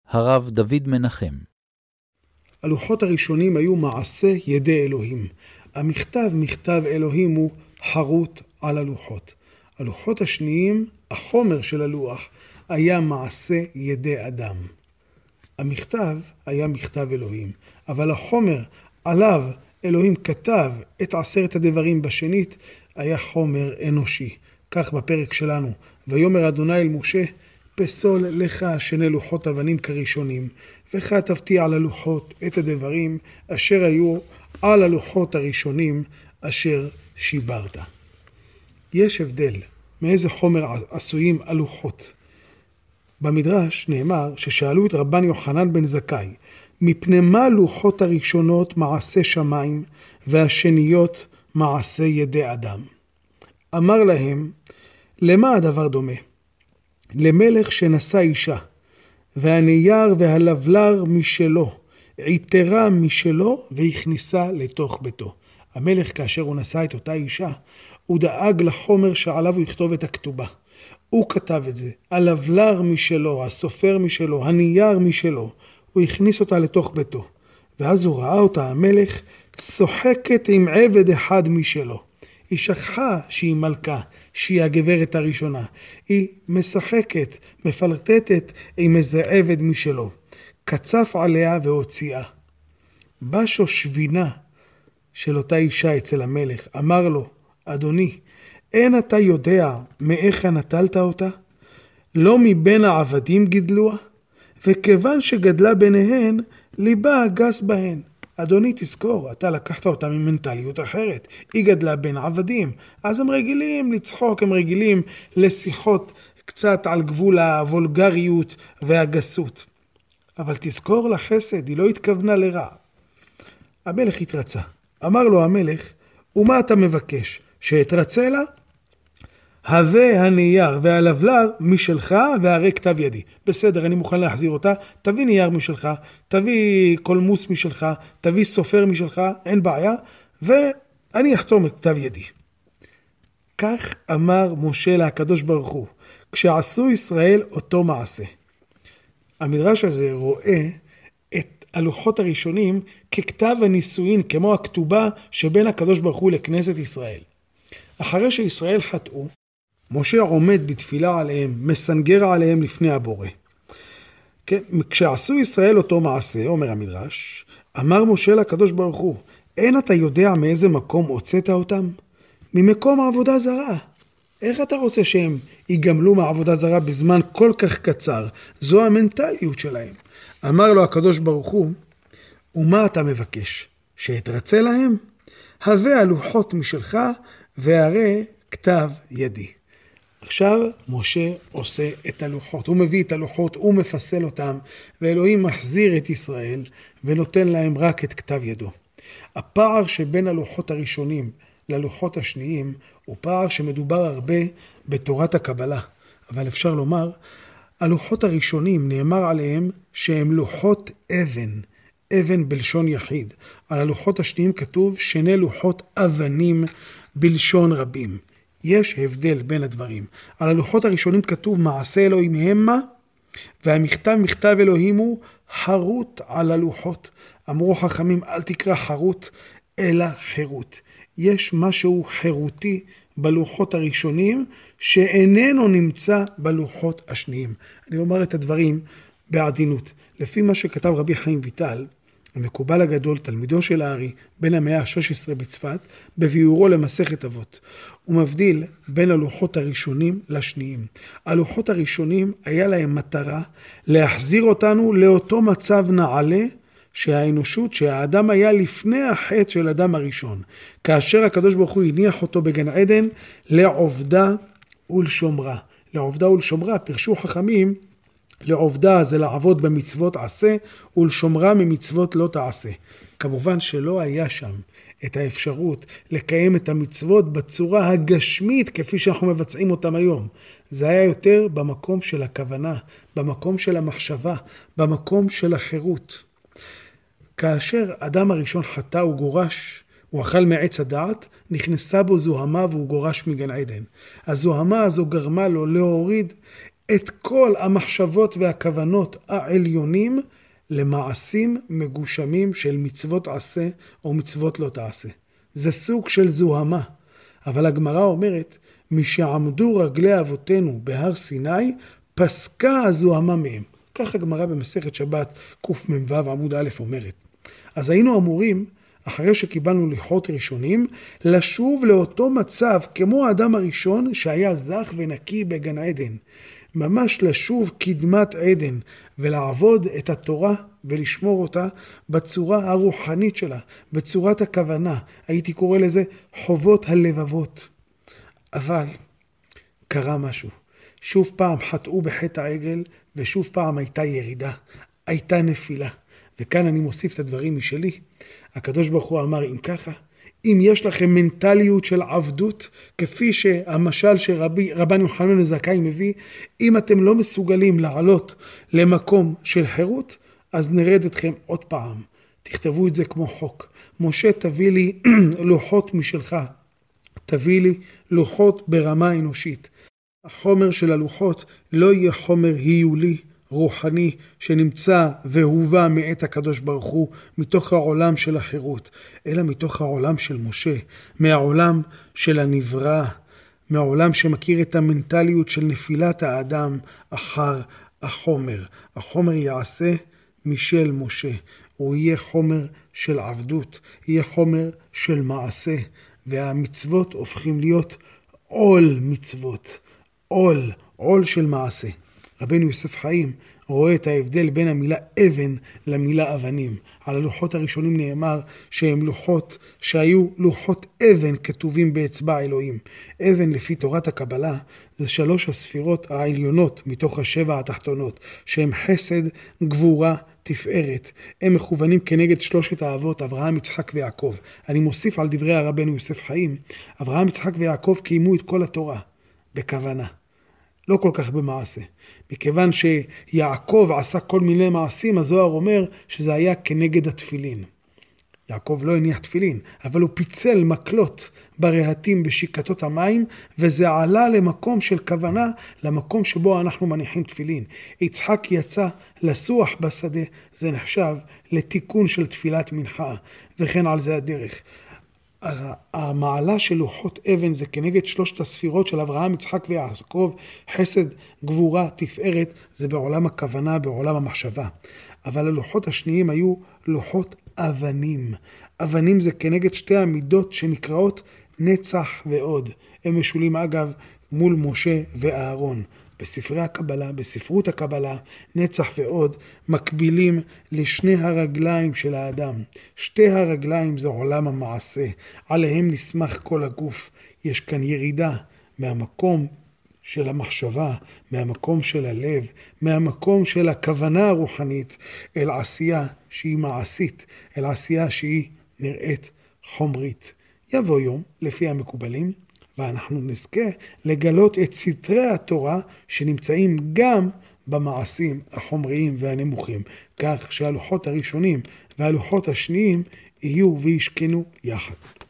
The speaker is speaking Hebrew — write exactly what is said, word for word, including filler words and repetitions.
הרב דוד מנחם. הלוחות הראשונים היו מעשה ידי אלוהים. המכתב, מכתב אלוהים, הוא חרוט על הלוחות. הלוחות השניים, החומר של הלוח, היה מעשה ידי אדם. המכתב היה מכתב אלוהים, אבל החומר עליו אלוהים כתב את עשרת הדברים בשנית, היה חומר אנושי. כך בפרק שלנו, ויאמר אדוני אל משה, פסול לך שני לוחות אבנים כראשונים, וכתבתי על הלוחות את הדברים אשר היו על הלוחות הראשונים אשר שיברת. יש הבדל מאיזה חומר עשויים הלוחות. במדרש נאמר ששאלו את רבן יוחנן בן זכאי, מפני מה לוחות הראשונות מעשה שמיים והשניות מעשה ידי אדם? אמר להם, למה הדבר דומה? למלך שנשא אישה, והנייר והלבלר משלו, עיתרה משלו והכניסה לתוך ביתו. המלך כאשר הוא נשא את אותה אישה, הוא דאג לחומר שעליו הוא יכתוב את הכתובה. הוא כתב את זה, הלבלר משלו, הסופר משלו, הנייר משלו, הוא הכניס אותה לתוך ביתו. ואז הוא ראה אותה המלך שוחקת עם עבד אחד משלו. היא שכחה שהיא מלכה, שהיא הגברת הראשונה. היא משחקת, מפלרטטת עם איזה עבד משלו. קצף עליה והוציאה. בא שושבינה של אותה אישה אצל המלך, אמר לו, אדוני, אין אתה יודע מאיך נטלת אותה? לא מבין העבדים גידלוה? וכיוון שגדלה ביניהן, ליבה גס בהן. אדוני תזכור, אתה לקחת אותה ממנטליות אחרת. היא גדלה בין עבדים, אז הם רגילים לצחוק, הם רגילים לשיחות קצת על גבול הוולגריות והגסות. אבל תזכור לחסד, היא לא התכוונה לרע. המלך התרצה. אמר לו המלך, ומה אתה מבקש? שאתרצה לה? הווה הנייר והלבלר משלך והרי כתב ידי. בסדר, אני מוכן להחזיר אותה. תביא נייר משלך, תביא קולמוס משלך, תביא סופר משלך, אין בעיה, ואני אחתום את כתב ידי. כך אמר משה לקדוש ברוך הוא, כשעשו ישראל אותו מעשה. המדרש הזה רואה את הלוחות הראשונים ככתב הנישואין, כמו הכתובה שבין הקדוש ברוך הוא לכנסת ישראל. אחרי שישראל חטאו, משה עומד בתפילה עליהם, מסנגר עליהם לפני הבורא. כן, כשעשו ישראל אותו מעשה, אומר המדרש, אמר משה לקדוש ברוך הוא, אין אתה יודע מאיזה מקום הוצאת אותם? ממקום העבודה זרה. איך אתה רוצה שהם יגמלו מהעבודה זרה בזמן כל כך קצר? זו המנטליות שלהם. אמר לו הקדוש ברוך הוא, ומה אתה מבקש? שאתרצה להם? הווה הלוחות משלך והרי כתב ידי. עכשיו משה עושה את הלוחות, הוא מביא את הלוחות, הוא מפסל אותם, ואלוהים מחזיר את ישראל ונותן להם רק את כתב ידו. הפער שבין הלוחות הראשונים ללוחות השניים הוא פער שמדובר הרבה בתורת הקבלה, אבל אפשר לומר, הלוחות הראשונים נאמר עליהם שהם לוחות אבן, אבן בלשון יחיד. על הלוחות השניים כתוב שני לוחות אבנים בלשון רבים. יש הבדל בין הדברים. על הלוחות הראשונים כתוב מעשה אלוהים המה, והמכתב מכתב אלוהים הוא חרוט על הלוחות. אמרו חכמים, אל תקרא חרוט, אלא חירות. יש משהו חירותי בלוחות הראשונים, שאיננו נמצא בלוחות השניים. אני אומר את הדברים בעדינות. לפי מה שכתב רבי חיים ויטל, המקובל הגדול, תלמידו של הארי, בן המאה ה-שש עשרה בצפת, בביאורו למסכת אבות. הוא מבדיל בין הלוחות הראשונים לשניים. הלוחות הראשונים היה להם מטרה להחזיר אותנו לאותו מצב נעלה שהאנושות, שהאדם היה לפני החטא של אדם הראשון. כאשר הקדוש ברוך הוא הניח אותו בגן עדן לעובדה ולשומרה. לעובדה ולשומרה פרשו חכמים, לעובדה זה לעבוד במצוות עשה, ולשומרה ממצוות לא תעשה. כמובן שלא היה שם את האפשרות לקיים את המצוות בצורה הגשמית כפי שאנחנו מבצעים אותם היום. זה היה יותר במקום של הכוונה, במקום של המחשבה, במקום של החירות. כאשר אדם הראשון חטא וגורש, הוא אכל מעץ הדעת, נכנסה בו זוהמה והוא גורש מגן עדן. הזוהמה הזו גרמה לו להוריד את כל המחשבות והכוונות העליונים למעשים מגושמים של מצוות עשה או מצוות לא תעשה. זה סוג של זוהמה, אבל הגמרא אומרת, משעמדו רגלי אבותינו בהר סיני, פסקה הזוהמה מהם. כך הגמרא במסכת שבת קמ"ו עמוד א' אומרת. אז היינו אמורים, אחרי שקיבלנו לוחות ראשונים, לשוב לאותו מצב כמו האדם הראשון שהיה זך ונקי בגן עדן. ממש לשוב קדמת עדן ולעבוד את התורה ולשמור אותה בצורה הרוחנית שלה, בצורת הכוונה. הייתי קורא לזה חובות הלבבות. אבל קרה משהו. שוב פעם חטאו בחטא העגל ושוב פעם הייתה ירידה, הייתה נפילה. וכאן אני מוסיף את הדברים משלי. הקדוש ברוך הוא אמר, אם ככה, אם יש לכם מנטליות של עבדות, כפי שהמשל שרבן יוחנן הזכאי מביא, אם אתם לא מסוגלים לעלות למקום של חירות, אז נרד אתכם עוד פעם. תכתבו את זה כמו חוק. משה, תביא לי לוחות משלך. תביא לי לוחות ברמה אנושית. החומר של הלוחות לא יהיה חומר היולי, רוחני, שנמצא והובא מאת הקדוש ברוך הוא, מתוך העולם של החירות, אלא מתוך העולם של משה, מהעולם של הנברא, מהעולם שמכיר את המנטליות של נפילת האדם אחר החומר. החומר יעשה משל משה, הוא יהיה חומר של עבדות, יהיה חומר של מעשה, והמצוות הופכים להיות עול מצוות, עול, עול של מעשה. רבנו יוסף חיים רואה את ההבדל בין המילה אבן למילה אבנים. על הלוחות הראשונים נאמר שהם לוחות שהיו לוחות אבן כתובים באצבע אלוהים. אבן לפי תורת הקבלה זה שלוש הספירות העליונות מתוך השבע התחתונות, שהם חסד, גבורה, תפארת. הם מכוונים כנגד שלושת האבות, אברהם, יצחק ויעקב. אני מוסיף על דברי הרבנו יוסף חיים, אברהם, יצחק ויעקב קיימו את כל התורה בכוונה. לא כל כך במעשה. מכיוון שיעקב עשה כל מיני מעשים, הזוהר אומר שזה היה כנגד התפילין. יעקב לא הניח תפילין, אבל הוא פיצל מקלות ברהטים בשיקתות המים, וזה עלה למקום של כוונה, למקום שבו אנחנו מניחים תפילין. יצחק יצא לסוח בשדה, זה נחשב לתיקון של תפילת מנחה, וכן על זה הדרך. המעלה של לוחות אבן זה כנגד שלושת הספירות של אברהם, יצחק ויעקב, חסד, גבורה, תפארת, זה בעולם הכוונה, בעולם המחשבה. אבל הלוחות השניים היו לוחות אבנים. אבנים זה כנגד שתי המידות שנקראות נצח ועוד. הם משולים אגב מול משה ואהרון. בספרי הקבלה, בספרות הקבלה, נצח ועוד מקבילים לשני הרגליים של האדם. שתי הרגליים זה עולם המעשה, עליהם נסמך כל הגוף. יש כאן ירידה מהמקום של המחשבה, מהמקום של הלב, מהמקום של הכוונה הרוחנית, אל עשייה שהיא מעשית, אל עשייה שהיא נראית חומרית. יבוא יום, לפי המקובלים, ואנחנו נזכה לגלות את סתרי התורה שנמצאים גם במעשים החומריים והנמוכים, כך שהלוחות הראשונים והלוחות השניים יהיו וישכנו יחד.